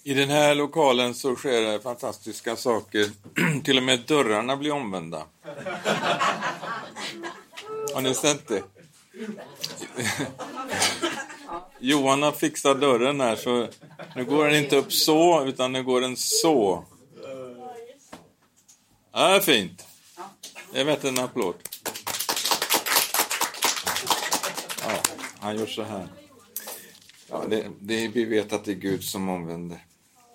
I den här lokalen så sker det fantastiska saker. Till och med dörrarna blir omvända. Har ni sett det? Johan har fixat dörren här, så nu går den inte upp så, utan nu går den så. Ja, det är fint. Det är värt en applåd. Ja, han gör så här. Ja, vi vet att det är Gud som omvänder.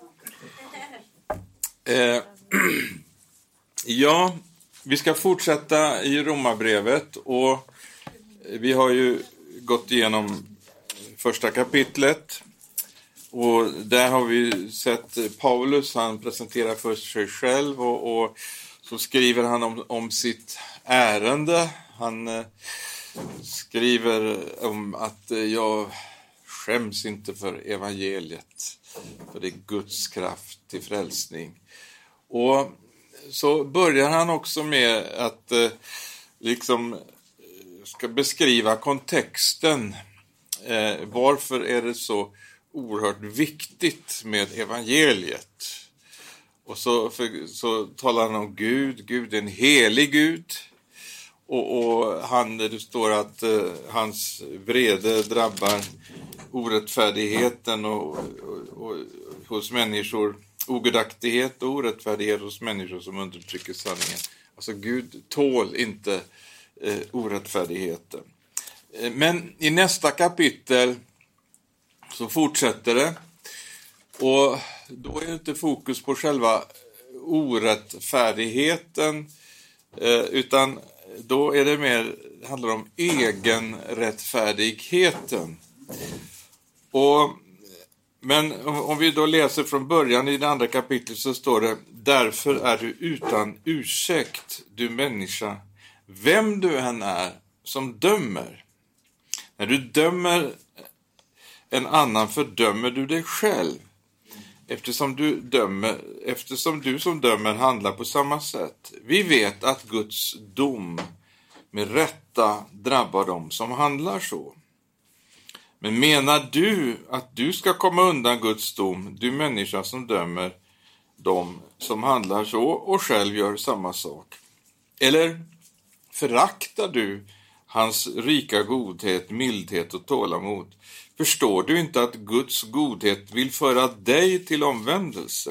Ja, vi ska fortsätta i Romarbrevet, och vi har ju gått igenom första kapitlet, och där har vi sett Paulus, han presenterar för sig själv, och så skriver han om sitt ärende. Han skriver om att jag skäms inte för evangeliet, för det är Guds kraft till frälsning. Och så börjar han också med att ska beskriva kontexten. Varför är det så oerhört viktigt med evangeliet? Och så talar han om Gud. Gud är en helig Gud. Och det står att hans vrede drabbar orättfärdigheten och hos människor, ogudaktighet och orättfärdighet hos människor som undertrycker sanningen. Alltså Gud tål inte orättfärdigheten. Men i nästa kapitel så fortsätter det, och då är det inte fokus på själva orättfärdigheten, utan då är det mer, handlar om egenrättfärdigheten. Men om vi då läser från början i det andra kapitlet, så står det: därför är du utan ursäkt, du människa, vem du än är som dömer. När du dömer en annan fördömer du dig själv, eftersom du som dömer handlar på samma sätt. Vi vet att Guds dom med rätta drabbar dem som handlar så. Men menar du att du ska komma undan Guds dom, du människa som dömer dem som handlar så och själv gör samma sak? Eller föraktar du hans rika godhet, mildhet och tålamod? Förstår du inte att Guds godhet vill föra dig till omvändelse?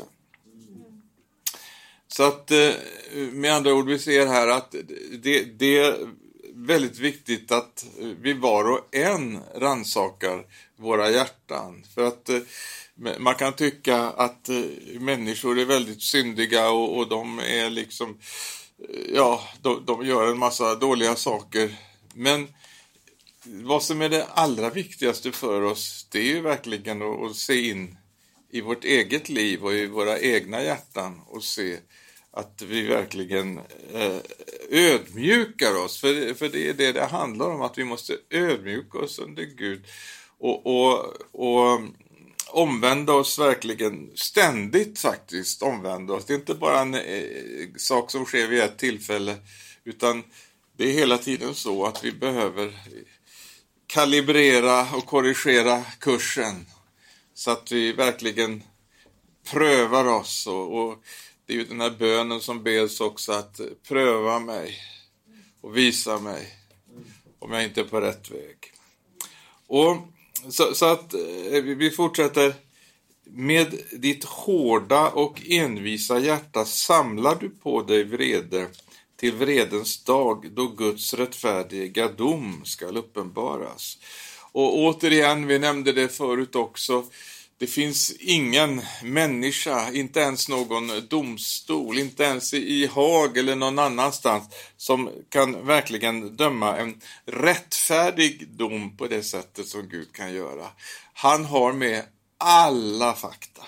Så att med andra ord, vi ser här att det är väldigt viktigt att vi var och en rannsakar våra hjärtan. För att man kan tycka att människor är väldigt syndiga och de är liksom, de gör en massa dåliga saker. Men vad som är det allra viktigaste för oss, det är ju verkligen att se in i vårt eget liv och i våra egna hjärtan och se att vi verkligen ödmjukar oss. För det är det handlar om, att vi måste ödmjuka oss under Gud och omvända oss verkligen ständigt, faktiskt omvända oss. Det är inte bara en sak som sker vid ett tillfälle, utan det är hela tiden så att vi behöver kalibrera och korrigera kursen så att vi verkligen prövar oss, och det är ju den här bönen som beds också, att pröva mig och visa mig om jag inte är på rätt väg. Och så att vi fortsätter: med ditt hårda och envisa hjärta samlar du på dig vrede till vredens dag, då Guds rättfärdiga dom ska uppenbaras. Och återigen, vi nämnde det förut också, det finns ingen människa, inte ens någon domstol, inte ens i Haag eller någon annanstans, som kan verkligen döma en rättfärdig dom på det sättet som Gud kan göra. Han har med alla fakta.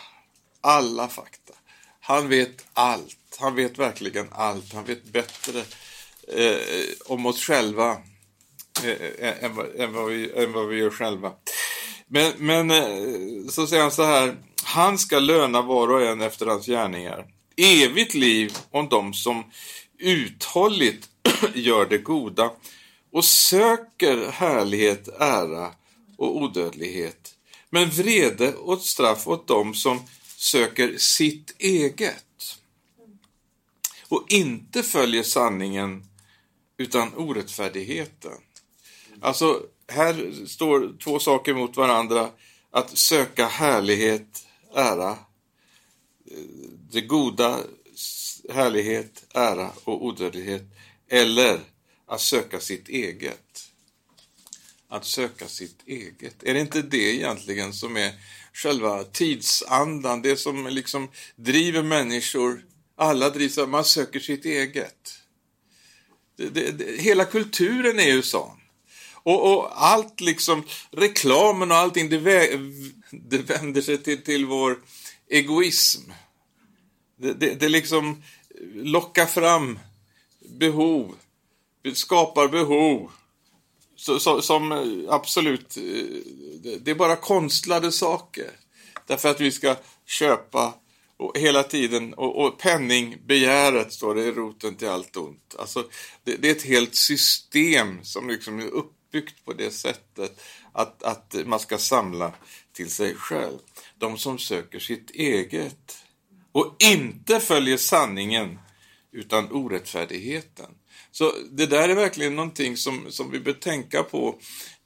Han vet allt. Han vet verkligen allt. Han vet bättre om oss själva än vad vi gör själva. Men så säger han så här: han ska löna var och en efter hans gärningar. Evigt liv om de som uthålligt gör det goda och söker härlighet, ära och odödlighet. Men vrede och straff åt dem som söker sitt eget och inte följer sanningen utan orättfärdigheten. Alltså, här står två saker mot varandra. Att söka härlighet, ära. Det goda, härlighet, ära och odödlighet. Eller att söka sitt eget. Att söka sitt eget. Är det inte det egentligen som är själva tidsandan? Det som liksom driver människor. Alla drivs av, man söker sitt eget. Hela kulturen är ju sån. Och allt liksom, reklamen och allting, det vänder sig till vår egoism. Det liksom lockar fram behov, skapar behov som absolut, det är bara konstlade saker. Därför att vi ska köpa och hela tiden, och penningbegäret står det i roten till allt ont. Alltså, det är ett helt system som liksom är uppbyggt på det sättet att man ska samla till sig själv. De som söker sitt eget och inte följer sanningen utan orättfärdigheten. Så det där är verkligen någonting som vi bör tänka på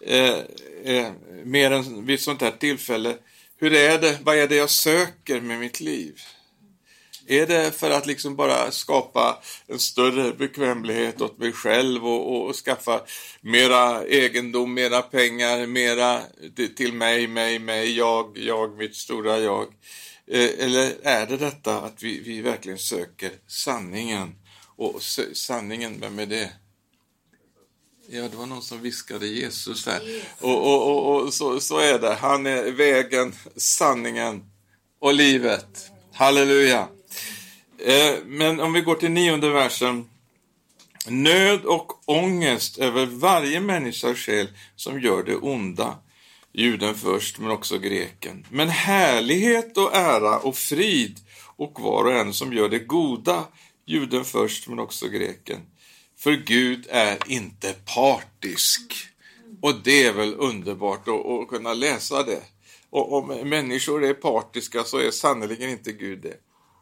mer än vid sånt här tillfälle. Hur är det? Vad är det jag söker med mitt liv? Är det för att liksom bara skapa en större bekvämlighet åt mig själv och skaffa mera egendom, mera pengar, mera till mig, jag, mitt stora jag? Eller är det detta att vi verkligen söker sanningen? Och sanningen, vem är det? Ja, det var någon som viskade Jesus här. Och så är det. Han är vägen, sanningen och livet. Halleluja. Men om vi går till 9:e versen. Nöd och ångest över varje människas själ som gör det onda. Juden först, men också greken. Men härlighet och ära och frid och var och en som gör det goda. Juden först, men också greken. För Gud är inte partisk. Och det är väl underbart att kunna läsa det. Och om människor är partiska så är sannoliken inte Gud det.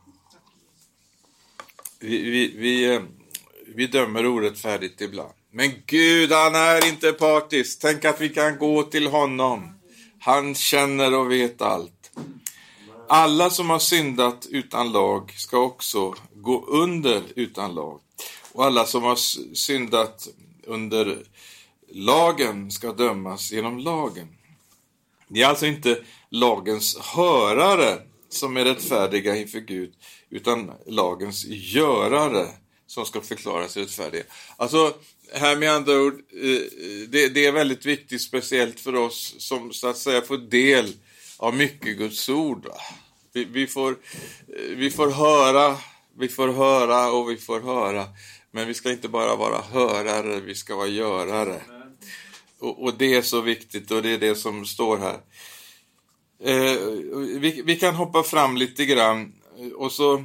Vi dömer orättfärdigt ibland. Men Gud, han är inte partisk. Tänk att vi kan gå till honom. Han känner och vet allt. Alla som har syndat utan lag ska också gå under utan lag. Och alla som har syndat under lagen ska dömas genom lagen. Det är alltså inte lagens hörare som är rättfärdiga inför Gud, utan lagens görare som ska förklaras rättfärdiga. Alltså, här med andra ord, det är väldigt viktigt, speciellt för oss som så att säga får del av mycket Guds ord. Vi får höra, men vi ska inte bara vara hörare, vi ska vara görare. Och det är så viktigt, och det är det som står här. Vi kan hoppa fram lite grann, och så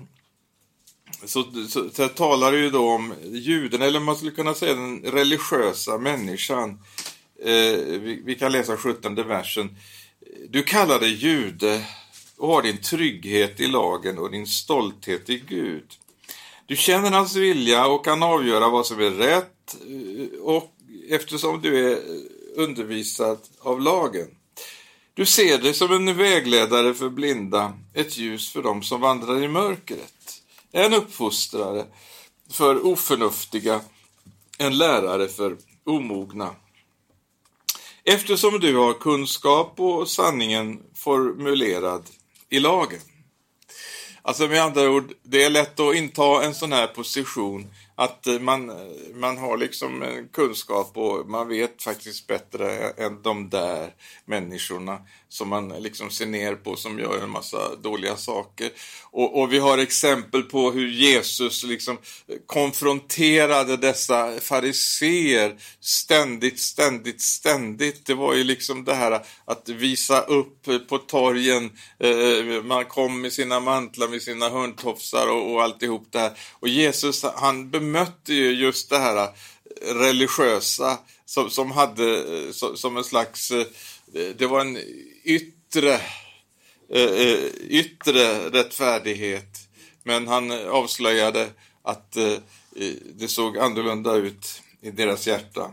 talar det ju då om juden, eller man skulle kunna säga den religiösa människan. Vi kan läsa 17:e versen. Du kallar dig jude och har din trygghet i lagen och din stolthet i Gud. Du känner hans vilja och kan avgöra vad som är rätt, och eftersom du är undervisad av lagen. Du ser dig som en vägledare för blinda, ett ljus för dem som vandrar i mörkret, en uppfostrare för oförnuftiga, en lärare för omogna. Eftersom du har kunskap och sanningen formulerad i lagen. Alltså med andra ord, det är lätt att inta en sån här position att man har liksom en kunskap och man vet faktiskt bättre än de där människorna som man liksom ser ner på, som gör en massa dåliga saker. Och vi har exempel på hur Jesus liksom konfronterade dessa fariseer ständigt. Det var ju liksom det här att visa upp på torgen. Man kom med sina mantlar, med sina hörntofsar och alltihop det här. Och Jesus, han bemötte ju just det här religiösa som hade som en slags, det var en yttre yttre rättfärdighet. Men han avslöjade att det såg annorlunda ut i deras hjärta.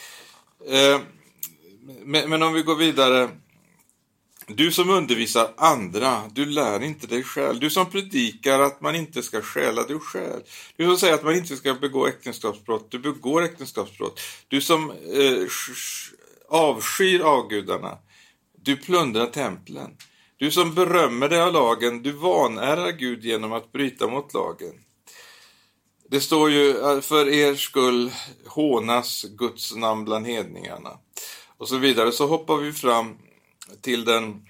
Men om vi går vidare. Du som undervisar andra, du lär inte dig själv. Du som predikar att man inte ska stjäla, du stjäl. Du som säger att man inte ska begå äktenskapsbrott, du begår äktenskapsbrott. Du som avskyr avgudarna, du plundrar templen. Du som berömmer dig av lagen, du vanärar Gud genom att bryta mot lagen. Det står ju, för er skull hånas Guds namn bland hedningarna. Och så vidare. Så hoppar vi fram till den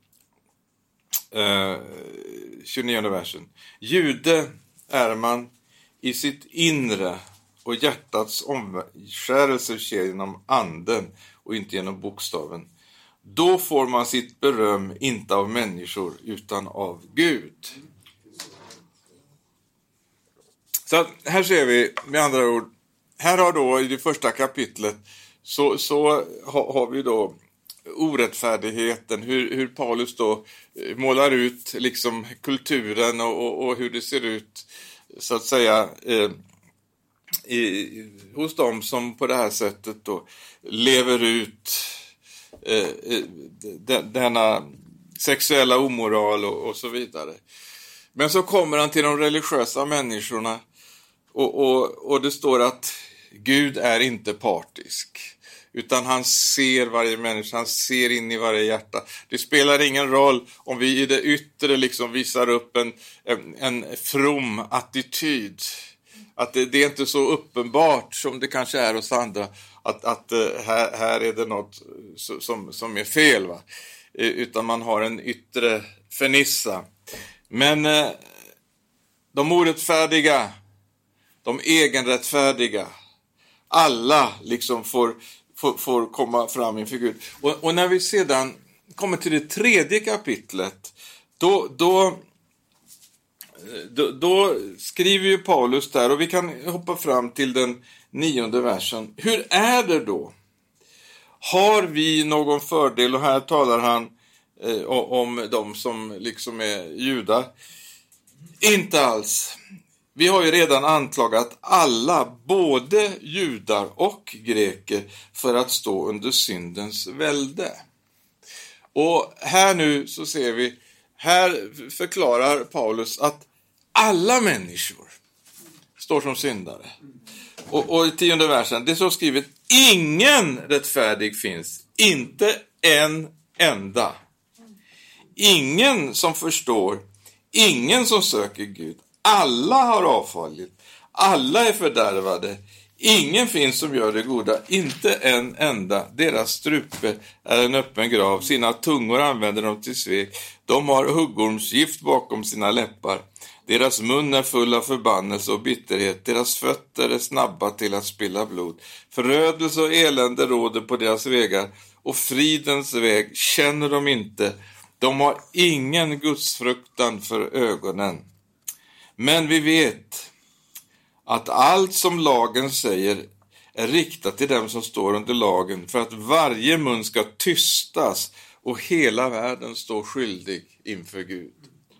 29 versen. Jude är man i sitt inre, och hjärtats omskärelse sker genom anden och inte genom bokstaven. Då får man sitt beröm inte av människor utan av Gud. Så här ser vi med andra ord, här har då i det första kapitlet så har vi då orättfärdigheten, hur Paulus då målar ut liksom kulturen och hur det ser ut så att säga hos dem som på det här sättet då lever ut denna sexuella omoral och så vidare. Men så kommer han till de religiösa människorna och det står att Gud är inte partisk. Utan han ser varje människa, han ser in i varje hjärta. Det spelar ingen roll om vi i det yttre liksom visar upp en from attityd. Att det är inte så uppenbart som det kanske är hos andra. Att här är det något som är fel, va? Utan man har en yttre fernissa. Men de orättfärdiga, de egenrättfärdiga, alla liksom får komma fram inför Gud. Och när vi sedan kommer till det tredje kapitlet, då skriver ju Paulus där, och vi kan hoppa fram till den 9:e versen. Hur är det då? Har vi någon fördel? Och här talar han om de som liksom är judar. Inte alls. Vi har ju redan anklagat alla, både judar och greker, för att stå under syndens välde. Och här nu så ser vi, här förklarar Paulus att alla människor står som syndare. Och i 10:e versen, det är så skrivet: ingen rättfärdig finns, inte en enda. Ingen som förstår, ingen som söker Gud. Alla har avfallit, alla är fördärvade. Ingen finns som gör det goda, inte en enda. Deras strupe är en öppen grav, sina tungor använder de till svek. De har huggormsgift bakom sina läppar. Deras mun är full av förbannelse och bitterhet. Deras fötter är snabba till att spilla blod. Förödelse och elände råder på deras vägar, och fridens väg känner de inte. De har ingen gudsfruktan för ögonen. Men vi vet att allt som lagen säger är riktat till dem som står under lagen, för att varje mun ska tystas och hela världen står skyldig inför Gud.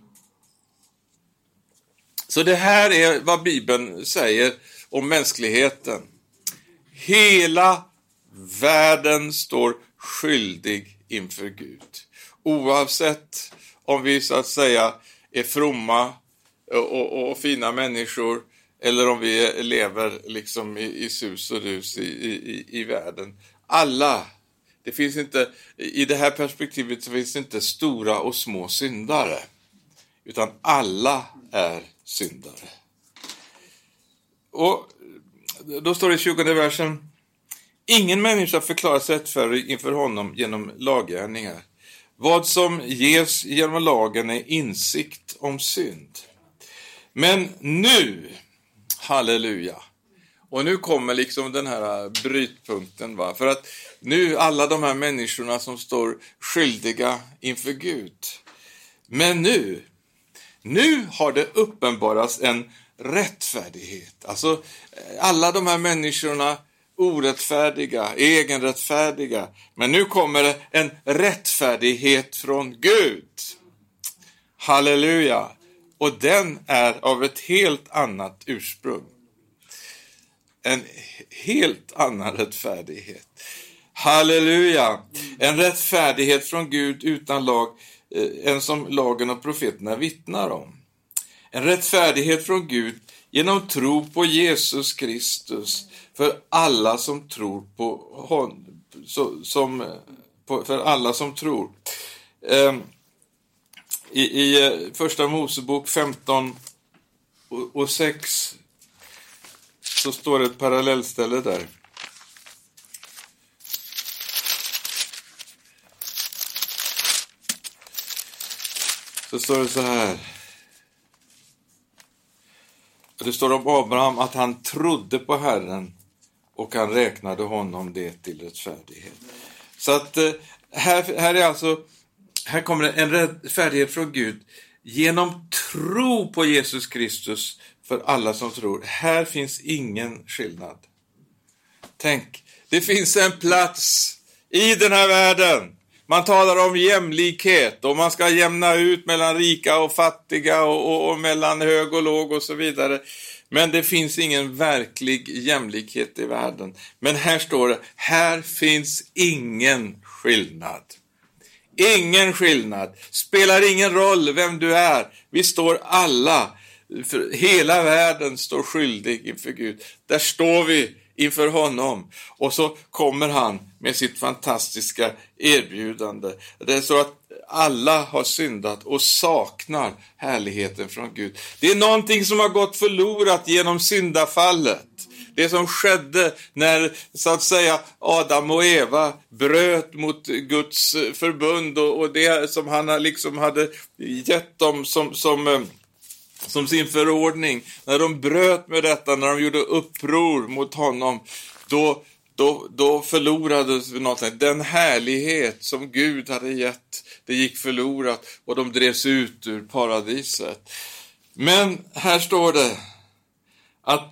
Så det här är vad Bibeln säger om mänskligheten. Hela världen står skyldig inför Gud. Oavsett om vi så att säga är fromma och fina människor, eller om vi lever liksom i sus och dus i världen. Alla, det finns inte, i det här perspektivet så finns det inte stora och små syndare, utan alla är syndare. Och då står det i 20:e versen: ingen människa förklaras rättfärdig inför honom genom laggärningar. Vad som ges genom lagen är insikt om synd. Men nu, halleluja, och nu kommer liksom den här brytpunkten, va? För att nu alla de här människorna som står skyldiga inför Gud. Men nu har det uppenbarats en rättfärdighet. Alltså alla de här människorna orättfärdiga, egenrättfärdiga. Men nu kommer det en rättfärdighet från Gud. Halleluja! Och den är av ett helt annat ursprung. En helt annan rättfärdighet. Halleluja! En rättfärdighet från Gud utan lag, en som lagen och profeterna vittnar om. En rättfärdighet från Gud genom tro på Jesus Kristus för alla som tror på honom. För alla som tror. I första Mosebok 15 och 6 så står det ett parallellställe där. Så står det så här. Det står om Abraham att han trodde på Herren och han räknade honom det till rättfärdighet. Så att här kommer en rättfärdighet från Gud genom tro på Jesus Kristus för alla som tror. Här finns ingen skillnad. Tänk, det finns en plats i den här världen. Man talar om jämlikhet och man ska jämna ut mellan rika och fattiga och mellan hög och låg och så vidare. Men det finns ingen verklig jämlikhet i världen. Men här står det, här finns ingen skillnad. Ingen skillnad. Spelar ingen roll vem du är. Vi står alla, för hela världen står skyldig inför Gud. Där står vi inför honom. Och så kommer han med sitt fantastiska erbjudande. Det är så att alla har syndat och saknar härligheten från Gud. Det är någonting som har gått förlorat genom syndafallet. Det som skedde när, så att säga, Adam och Eva bröt mot Guds förbund och det som han liksom hade gett dem som sin förordning. När de bröt med detta, när de gjorde uppror mot honom, då förlorades något. Den härlighet som Gud hade gett, det gick förlorat och de drevs ut ur paradiset. Men här står det att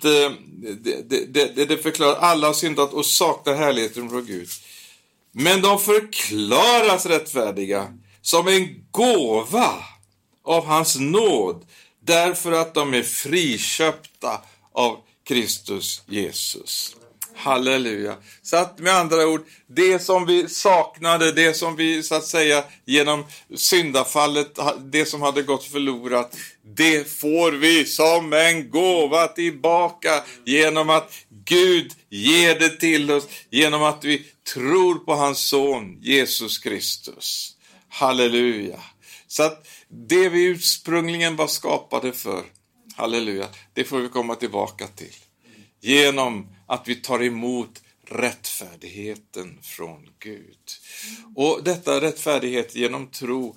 det förklarar alla har syndat och saknar härligheten från Gud. Men de förklaras rättfärdiga som en gåva av hans nåd, därför att de är friköpta av Kristus Jesus. Halleluja. Så att med andra ord, det som vi saknade, det som vi så att säga genom syndafallet, det som hade gått förlorat, det får vi som en gåva tillbaka genom att Gud ger det till oss, genom att vi tror på hans son Jesus Kristus. Halleluja. Så att det vi ursprungligen var skapade för, halleluja, det får vi komma tillbaka till. Genom att vi tar emot rättfärdigheten från Gud. Och detta rättfärdighet genom tro,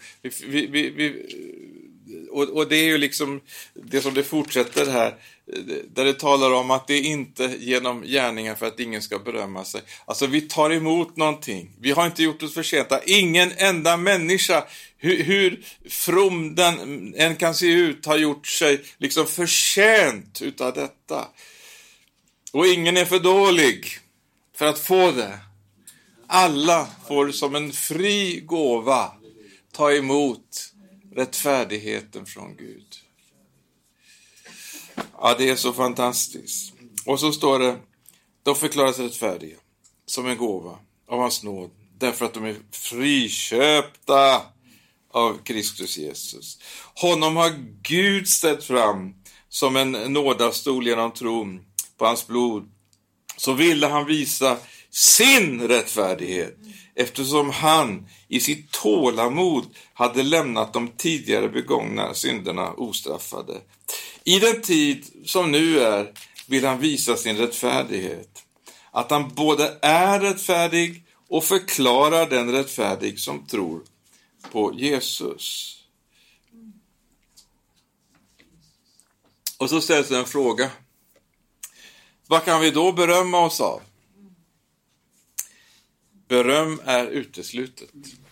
och det är ju liksom det som det fortsätter här, där det talar om att det är inte genom gärningar för att ingen ska berömma sig. Alltså vi tar emot någonting. Vi har inte gjort oss förtjänta. Ingen enda människa, hur from den än kan se ut, har gjort sig liksom förtjänt utav detta. Och ingen är för dålig för att få det. Alla får som en fri gåva ta emot rättfärdigheten från Gud. Ja, det är så fantastiskt. Och så står det, de förklaras rättfärdiga som en gåva av hans nåd, därför att de är friköpta av Kristus Jesus. Honom har Gud ställt fram som en nådastol genom tron på hans blod. Så ville han visa sin rättfärdighet, eftersom han i sitt tålamod hade lämnat de tidigare begångna synderna ostraffade. I den tid som nu är vill han visa sin rättfärdighet. Att han både är rättfärdig och förklarar den rättfärdig som tror på Jesus. Och så ställs en fråga. Vad kan vi då berömma oss av? Beröm är uteslutet.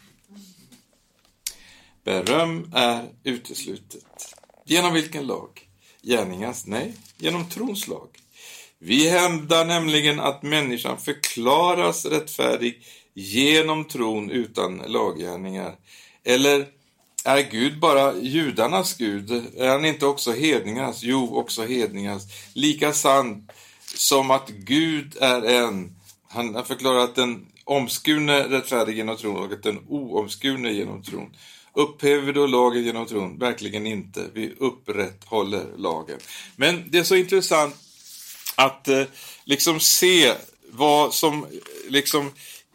Beröm är uteslutet. Genom vilken lag? Gärningens? Nej, genom trons lag. Vi hävdar nämligen att människan förklaras rättfärdig genom tron utan laggärningar. Eller Är Gud bara judarnas Gud? Är han inte också hedningarnas? Jo, också hedningarnas. Lika sant som att Gud är en. Han har förklarat att den omskurne rättfärdig genom tron och att den oomskurne genom tron. Upphäver vi då lagen genom tron? Verkligen inte. Vi upprätthåller lagen. Men det är så intressant att liksom se vad som liksom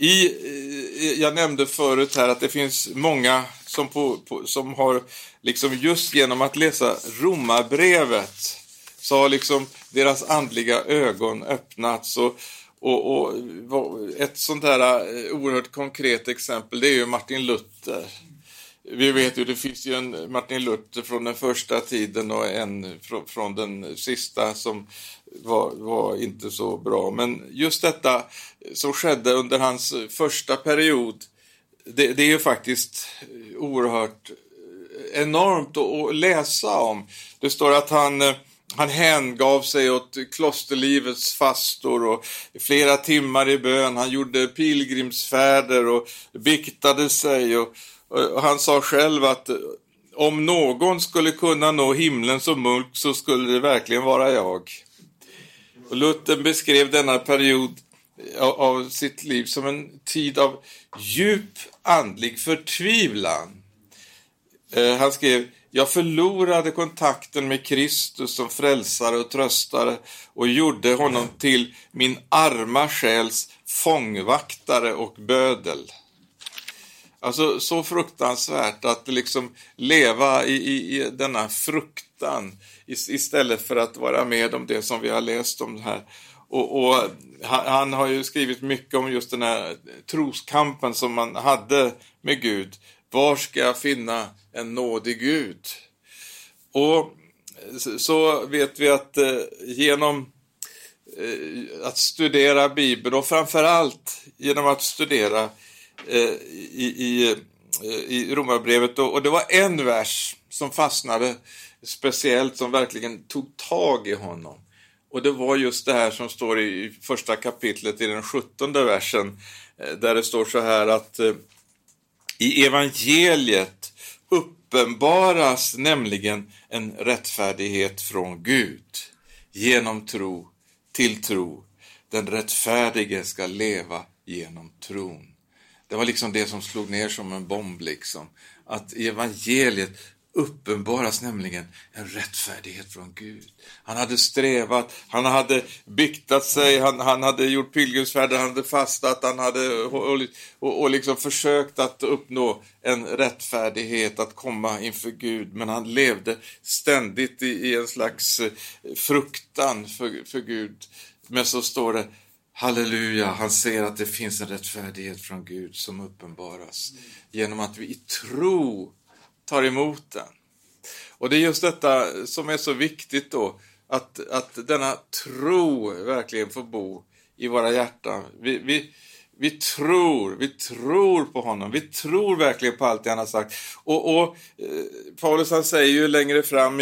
jag nämnde förut här att det finns många som har liksom just genom att läsa Romarbrevet så har liksom deras andliga ögon öppnats och ett sånt här oerhört konkret exempel, det är ju Martin Luther. Vi vet ju, det finns ju en Martin Luther från den första tiden och en från den sista som var inte så bra. Men just detta som skedde under hans första period, det är ju faktiskt oerhört enormt att läsa om. Det står att han hängav sig åt klosterlivets fastor och flera timmar i bön. Han gjorde pilgrimsfärder och biktade sig och han sa själv att om någon skulle kunna nå himlen som munk så skulle det verkligen vara jag. Och Luther beskrev denna period av sitt liv som en tid av djup andlig förtvivlan. Han skrev: jag förlorade kontakten med Kristus som frälsare och tröstare och gjorde honom till min arma själs fångvaktare och bödel. Alltså så fruktansvärt att liksom leva i denna fruktan istället för att vara med om det som vi har läst om det här. Och han har ju skrivit mycket om just den här troskampen som man hade med Gud. Var ska jag finna en nådig Gud? Och så vet vi att genom att studera Bibeln och framförallt genom att studera i Romarbrevet och det var en vers som fastnade speciellt som verkligen tog tag i honom. Och det var just det här som står i första kapitlet i den 17:e versen där det står så här att i evangeliet uppenbaras nämligen en rättfärdighet från Gud genom tro till tro. Den rättfärdige ska leva genom tron. Det var liksom det som slog ner som en bomb liksom. Att i evangeliet uppenbaras nämligen en rättfärdighet från Gud. Han hade strävat, han hade biktat sig, han hade gjort pilgrimsfärder, han hade fastat, han hade och liksom försökt att uppnå en rättfärdighet, att komma inför Gud. Men han levde ständigt i en slags fruktan för Gud. Men så står det: halleluja, han ser att det finns en rättfärdighet från Gud som uppenbaras genom att vi i tro tar emot den. Och det är just detta som är så viktigt då, att denna tro verkligen får bo i våra hjärtan. Vi tror på honom. Vi tror verkligen på allt det han har sagt. Och Paulus han säger ju längre fram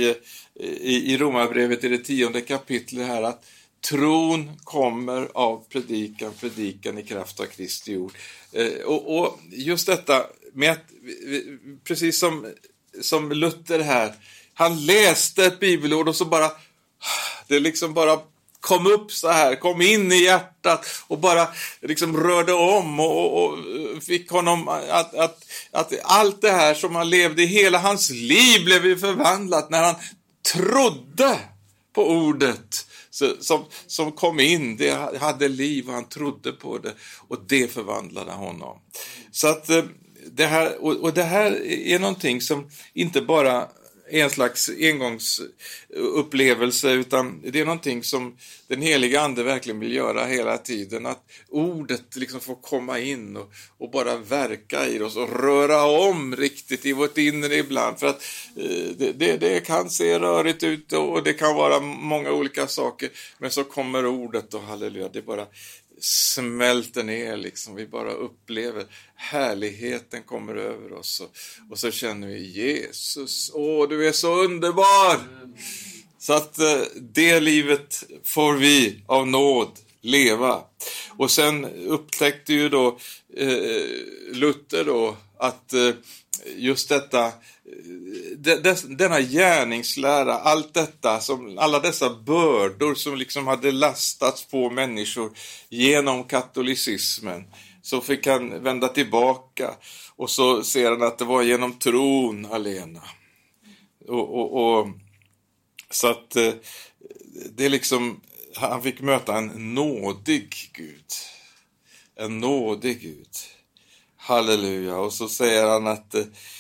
i Romarbrevet i det 10:e kapitlet här att tron kommer av predikan i kraft av Kristi ord. Och just detta med att, precis som Luther här, han läste ett bibelord och så bara, det liksom bara kom upp så här, kom in i hjärtat och bara liksom rörde om och fick honom att allt det här som han levde i hela hans liv blev ju förvandlat när han trodde på ordet som kom in. Det hade liv och han trodde på det och det förvandlade honom. Så att det här är någonting som inte bara är en slags engångsupplevelse, utan det är någonting som den heliga ande verkligen vill göra hela tiden. Att ordet liksom får komma in och bara verka i oss och röra om riktigt i vårt inre ibland. För att det kan se rörigt ut och det kan vara många olika saker. Men så kommer ordet och halleluja, det bara smälter ner liksom. Vi bara upplever härligheten kommer över oss och så känner vi Jesus, du är så underbar. Så att det livet får vi av nåd leva. Och sen upptäckte ju då Luther då att just detta, denna gärningslära, allt detta, alla dessa bördor som liksom hade lastats på människor genom katolicismen, så fick han vända tillbaka och så ser han att det var genom tron alena. Och så att det är liksom, han fick möta en nådig Gud. En nådig Gud. Halleluja. Och så säger han att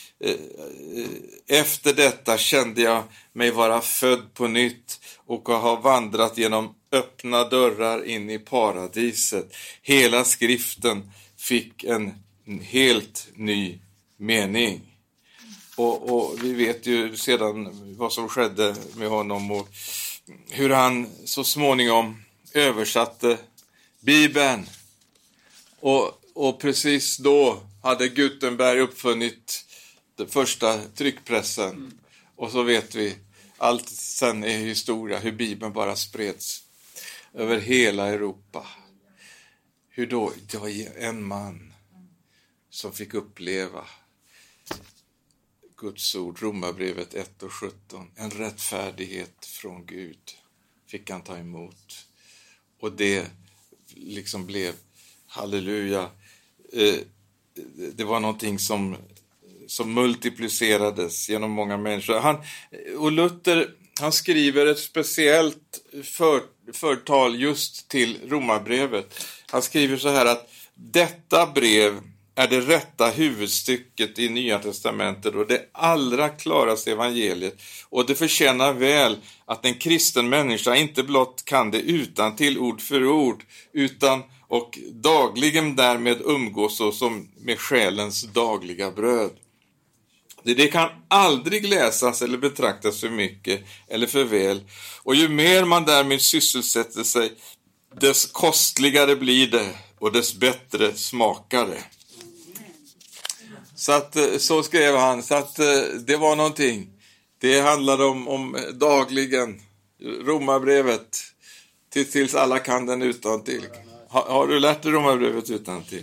efter detta kände jag mig vara född på nytt och ha vandrat genom öppna dörrar in i paradiset. Hela skriften fick en helt ny mening. Och vi vet ju sedan vad som skedde med honom och hur han så småningom översatte Bibeln. Och precis då hade Gutenberg uppfunnit den första tryckpressen. Och så vet vi, allt sen är historia, hur Bibeln bara spreds över hela Europa. Hur då, det var en man som fick uppleva Guds ord, Romarbrevet 1:17. En rättfärdighet från Gud fick han ta emot. Och det liksom blev, halleluja, det var någonting som multiplicerades genom många människor. Och Luther, han skriver ett speciellt förtal just till Romarbrevet. Han skriver så här att detta brev är det rätta huvudstycket i Nya testamentet och det allra klaraste evangeliet. Och det förtjänar väl att en kristen människa inte blott kan det utan till ord för ord, utan och dagligen därmed umgås så som med själens dagliga bröd. Det kan aldrig läsas eller betraktas för mycket eller för väl. Och ju mer man därmed sysselsätter sig, dess kostligare blir det och dess bättre smakar det. Så skrev han, så att det var någonting. Det handlade om dagligen, Romarbrevet, tills alla kan den utantill. Har du lärt dig Romarbrevet utantill?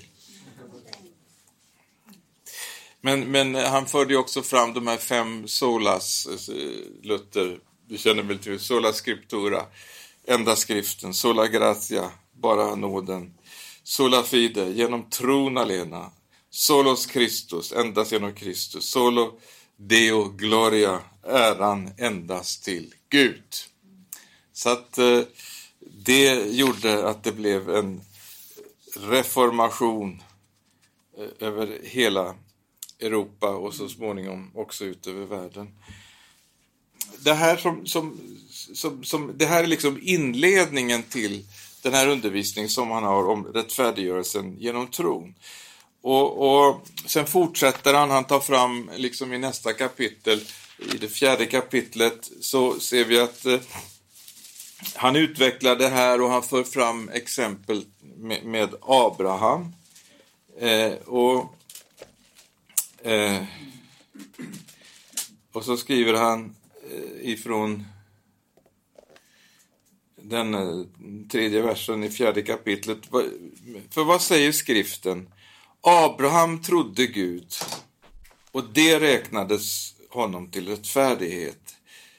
Men han förde ju också fram de här 5 solas, Luther, du känner väl till sola scriptura, enda skriften, sola gratia, bara nåden, sola fide, genom tron alena, solos Christus, endast genom Kristus, solo Deo gloria, äran endast till Gud. Så att det gjorde att det blev en reformation över hela Europa och så småningom också ut över världen. Det här det här är liksom inledningen till den här undervisningen som han har om rättfärdiggörelsen genom tron. Och sen fortsätter han tar fram liksom i nästa kapitel, i det 4:e kapitlet, så ser vi att han utvecklar det här och han för fram exempel med Abraham. Och så skriver han ifrån den 3:e versen i 4:e kapitlet. För vad säger skriften? Abraham trodde Gud och det räknades honom till rättfärdighet.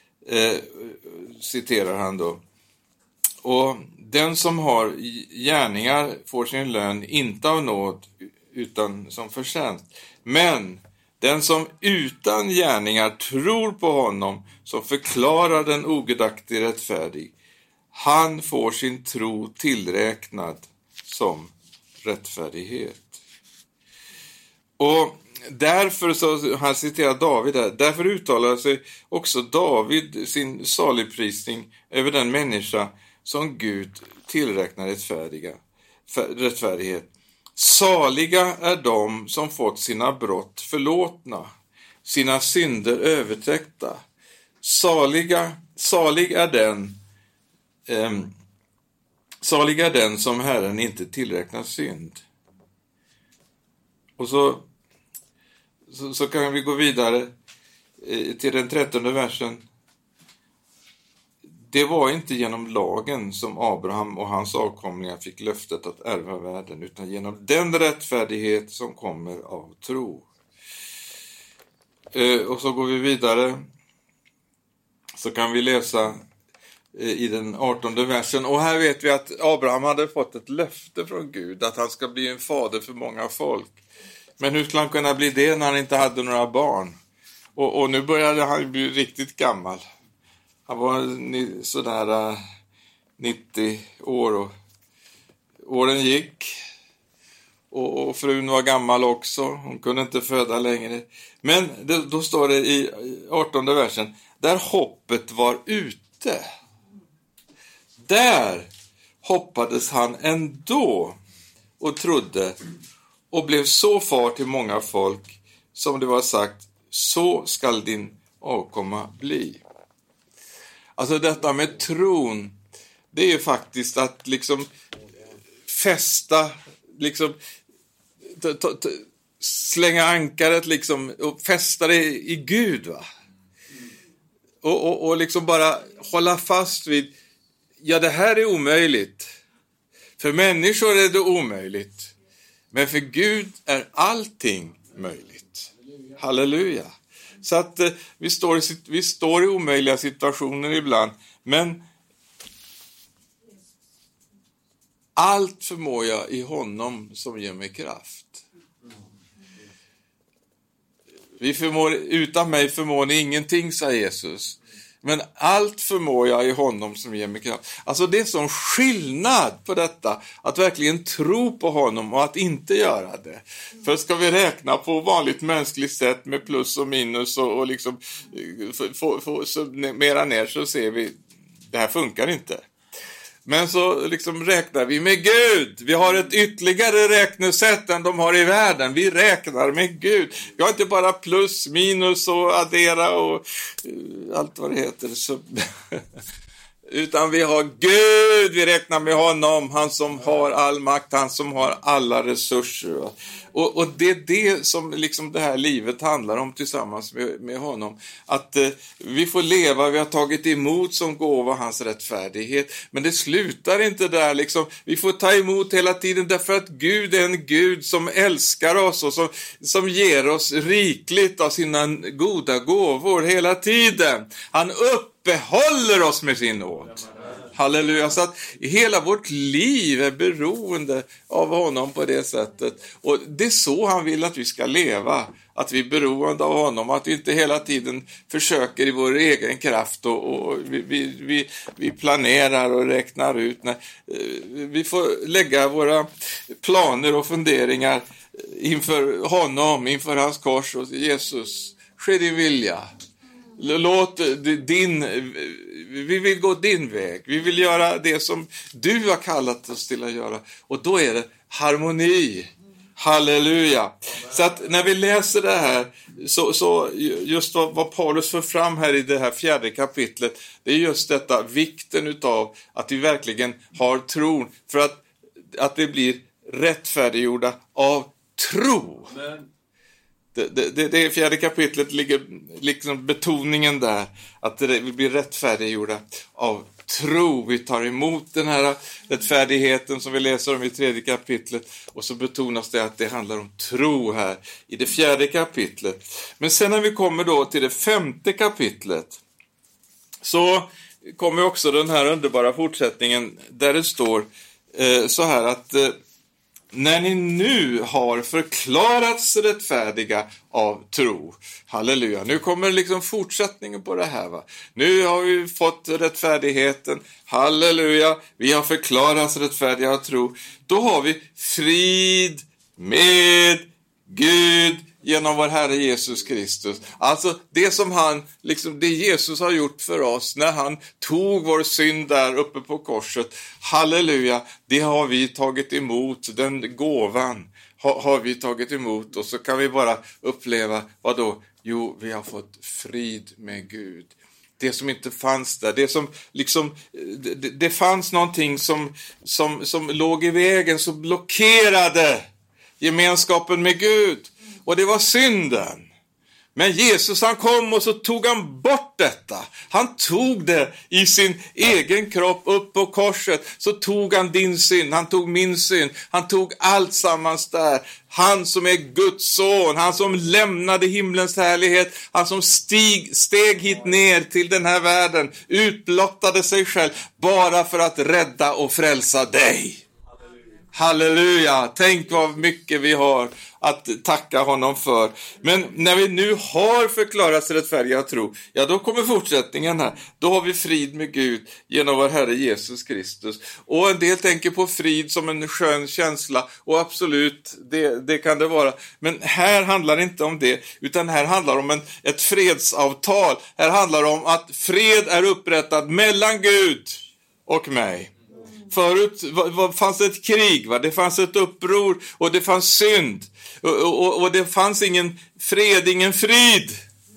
Citerar han då. Och den som har gärningar får sin lön inte av nåd utan som förtjänst. Men den som utan gärningar tror på honom som förklarar den ogudaktig rättfärdig, han får sin tro tillräknad som rättfärdighet. Och därför, så han citerar David där, därför uttalar sig också David sin saligprisning över den människa som Gud tillräknar rättfärdighet. Saliga är de som fått sina brott förlåtna, sina synder övertäckta. Salig är den som Herren inte tillräknar synd. Och så kan vi gå vidare till den 13:e versen. Det var inte genom lagen som Abraham och hans avkomlingar fick löftet att ärva världen, utan genom den rättfärdighet som kommer av tro. Och så går vi vidare. Så kan vi läsa i den 18:e versen. Och här vet vi att Abraham hade fått ett löfte från Gud att han ska bli en fader för många folk. Men hur skulle han kunna bli det när han inte hade några barn? Och nu började han bli riktigt gammal. Han var sådär 90 år och åren gick. Och frun var gammal också. Hon kunde inte föda längre. Men då står det i 18:e versen. Där hoppet var ute. Där hoppades han ändå och trodde. Och blev så far till många folk som det var sagt. Så skall din avkomma bli. Alltså detta med tron. Det är ju faktiskt att liksom fästa. Liksom slänga ankaret liksom och fästa det i Gud, va? Och liksom bara hålla fast vid, ja, det här är omöjligt. För människor är det omöjligt. Men för Gud är allting möjligt. Halleluja. Så att vi står i omöjliga situationer ibland. Men allt förmår jag i honom som ger mig kraft. Utan mig förmår ni ingenting, sa Jesus. Men allt förmår jag i honom som ger mig kraft. Alltså det är sån skillnad på detta. Att verkligen tro på honom och att inte göra det. För ska vi räkna på vanligt mänskligt sätt med plus och minus och liksom mera ner, så ser vi, det här funkar inte. Men så liksom räknar vi med Gud. Vi har ett ytterligare räknesätt än de har i världen. Vi räknar med Gud. Vi har inte bara plus, minus och addera och allt vad det heter. Så utan vi har Gud. Vi räknar med honom. Han som har all makt. Han som har alla resurser. Och det är det som liksom det här livet handlar om tillsammans med honom. Att vi får leva, vi har tagit emot som gåva hans rättfärdighet. Men det slutar inte där liksom. Vi får ta emot hela tiden därför att Gud är en Gud som älskar oss och som ger oss rikligt av sina goda gåvor hela tiden. Han uppehåller oss med sin nåd. Halleluja, så att hela vårt liv är beroende av honom på det sättet. Och det är så han vill att vi ska leva. Att vi är beroende av honom. Att vi inte hela tiden försöker i vår egen kraft. Och vi planerar och räknar ut. Nej, vi får lägga våra planer och funderingar inför honom. Inför hans kors och Jesus. Ske din vilja. Låt vi vill gå din väg. Vi vill göra det som du har kallat oss till att göra. Och då är det harmoni. Halleluja. Så att när vi läser det här så just vad Paulus för fram här i det här 4:e kapitlet, det är just detta, vikten utav att vi verkligen har tron för att vi blir rättfärdiggjorda av tro. Amen. Det 4:e kapitlet ligger liksom betoningen där. Att vi blir rättfärdiggjorda av tro. Vi tar emot den här rättfärdigheten som vi läser om i 3:e kapitlet. Och så betonas det att det handlar om tro här i det 4:e kapitlet. Men sen när vi kommer då till det 5:e kapitlet. Så kommer också den här underbara fortsättningen. Där det står så här att... När ni nu har förklarats rättfärdiga av tro. Halleluja. Nu kommer liksom fortsättningen på det här, va. Nu har vi fått rättfärdigheten. Halleluja. Vi har förklarats rättfärdiga av tro. Då har vi frid med Gud genom vår Herre Jesus Kristus. Alltså det som han, liksom det Jesus har gjort för oss när han tog vår synd där uppe på korset. Halleluja, det har vi tagit emot, den gåvan har vi tagit emot. Och så kan vi bara uppleva, vad då? Jo, vi har fått frid med Gud. Det som inte fanns där, det som liksom, det fanns någonting som låg i vägen, som blockerade gemenskapen med Gud. Och det var synden. Men Jesus han kom och så tog han bort detta. Han tog det i sin egen kropp upp på korset. Så tog han din synd, han tog min synd. Han tog allt sammans där. Han som är Guds son, han som lämnade himlens härlighet. Han som steg hit ner till den här världen. Utblottade sig själv bara för att rädda och frälsa dig. Halleluja, tänk vad mycket vi har att tacka honom för. Men när vi nu har förklarats rättfärdiga tro, ja då kommer fortsättningen här. Då har vi frid med Gud genom vår Herre Jesus Kristus. Och en del tänker på frid som en skön känsla, och absolut, det kan det vara. Men här handlar det inte om det, utan här handlar det om ett fredsavtal. Här handlar det om att fred är upprättad mellan Gud och mig. Förut fanns ett krig, va? Det fanns ett uppror och det fanns synd. Och det fanns ingen fred, ingen frid.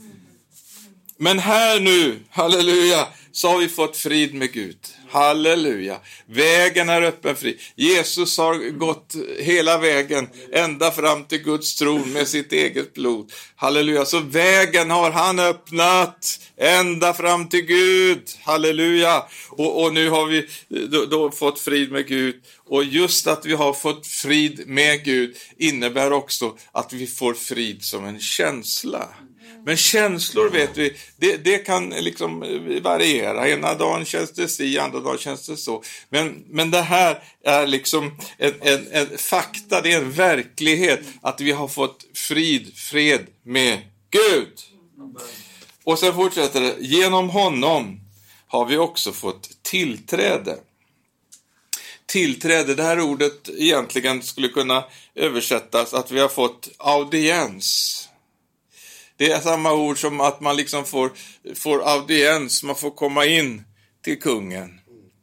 Men här nu, halleluja, så har vi fått frid med Gud. Halleluja. Vägen är öppen fri. Jesus har gått hela vägen ända fram till Guds tron med sitt eget blod. Halleluja. Så vägen har han öppnat ända fram till Gud. Halleluja. Och nu har vi då fått frid med Gud. Och just att vi har fått frid med Gud innebär också att vi får frid som en känsla. Men känslor, vet vi, det kan liksom variera. Ena dagen känns det si, andra dagen känns det så. Men det här är liksom en fakta, det är en verklighet att vi har fått fred med Gud. Och sen fortsätter det, genom honom har vi också fått tillträde. Tillträde, det här ordet egentligen skulle kunna översättas att vi har fått audiens. Det är samma ord som att man liksom får audiens, man får komma in till kungen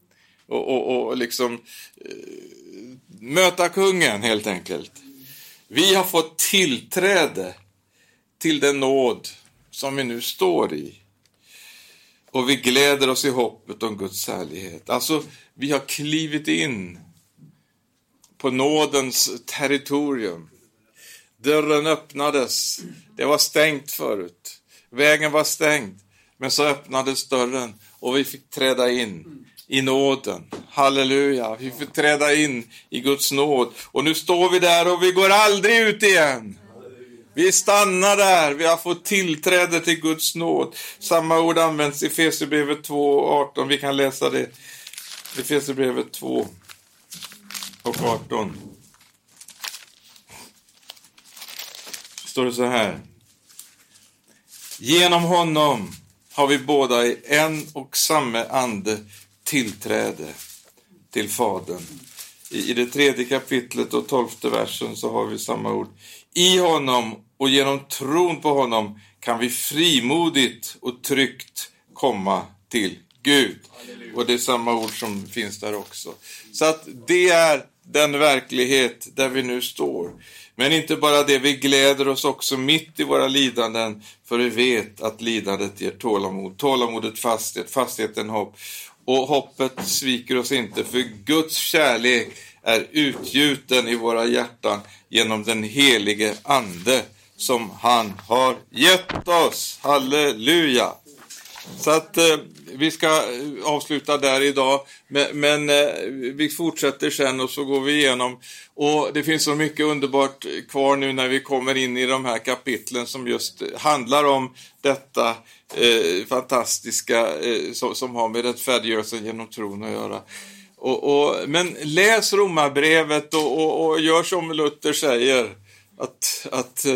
och liksom möta kungen helt enkelt. Vi har fått tillträde till den nåd som vi nu står i. Och vi gläder oss i hoppet om Guds härlighet. Alltså, vi har klivit in på nådens territorium. Dörren öppnades. Det var stängt förut. Vägen var stängd. Men så öppnades dörren och vi fick träda in i nåden. Halleluja. Vi fick träda in i Guds nåd. Och nu står vi där och vi går aldrig ut igen. Vi stannar där. Vi har fått tillträde till Guds nåd. Samma ord används i Efesierbrevet 2:18. Vi kan läsa det. Efesierbrevet 2:18. Står det så här. Genom honom har vi båda i en och samma ande tillträde till Fadern. I det 3:e kapitlet och 12:e versen så har vi samma ord. I honom och genom tron på honom kan vi frimodigt och tryggt komma till Gud. Och det är samma ord som finns där också. Så att det är den verklighet där vi nu står. Men inte bara det, vi gläder oss också mitt i våra lidanden, för vi vet att lidandet ger tålamod. Tålamodet fasthet, fastheten hopp. Och hoppet sviker oss inte, för Guds kärlek är utgjuten i våra hjärtan genom den helige ande som han har gett oss. Halleluja! Så att vi ska avsluta där idag, men vi fortsätter sen och så går vi igenom. Och det finns så mycket underbart kvar nu när vi kommer in i de här kapitlen som just handlar om detta fantastiska som har med rättfärdiggörelsen genom tron att göra. Men läs Romarbrevet och gör som Luther säger. Att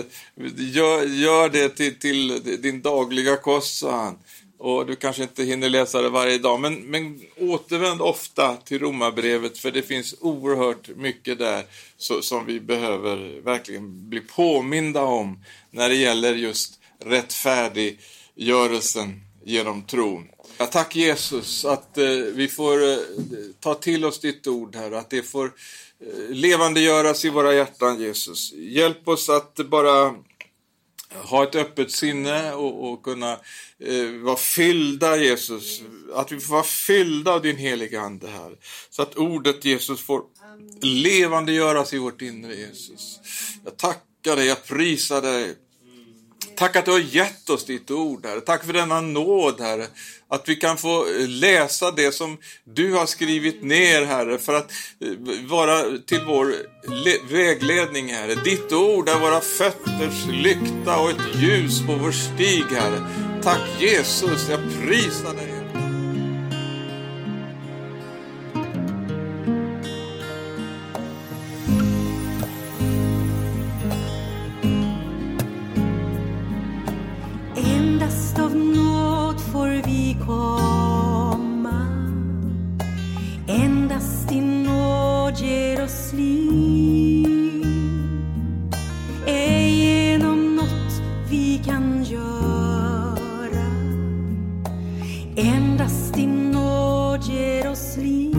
gör det till din dagliga kost, sa han. Och du kanske inte hinner läsa det varje dag, men återvänd ofta till Romarbrevet, för det finns oerhört mycket där som vi behöver verkligen bli påminda om när det gäller just rättfärdiggörelsen genom tron. Jag tack Jesus att vi får ta till oss ditt ord här, att det får levandegöras i våra hjärtan, Jesus. Hjälp oss att bara ha ett öppet sinne och kunna vara fyllda, Jesus. Att vi får vara fyllda av din heliga ande här. Så att ordet, Jesus, får levandegöras i vårt inre, Jesus. Jag tackar dig, jag prisar dig. Tack att du har gett oss ditt ord, Herre. Tack för denna nåd, Herre. Att vi kan få läsa det som du har skrivit ner, Herre, för att vara till vår vägledning, Herre. Ditt ord är våra fötters lykta och ett ljus på vår stig, Herre. Tack Jesus, jag prisar dig. Endast av nåd får vi komma. Endast din nåd ger oss liv. Ej genom något vi kan göra. Endast din nåd ger oss liv.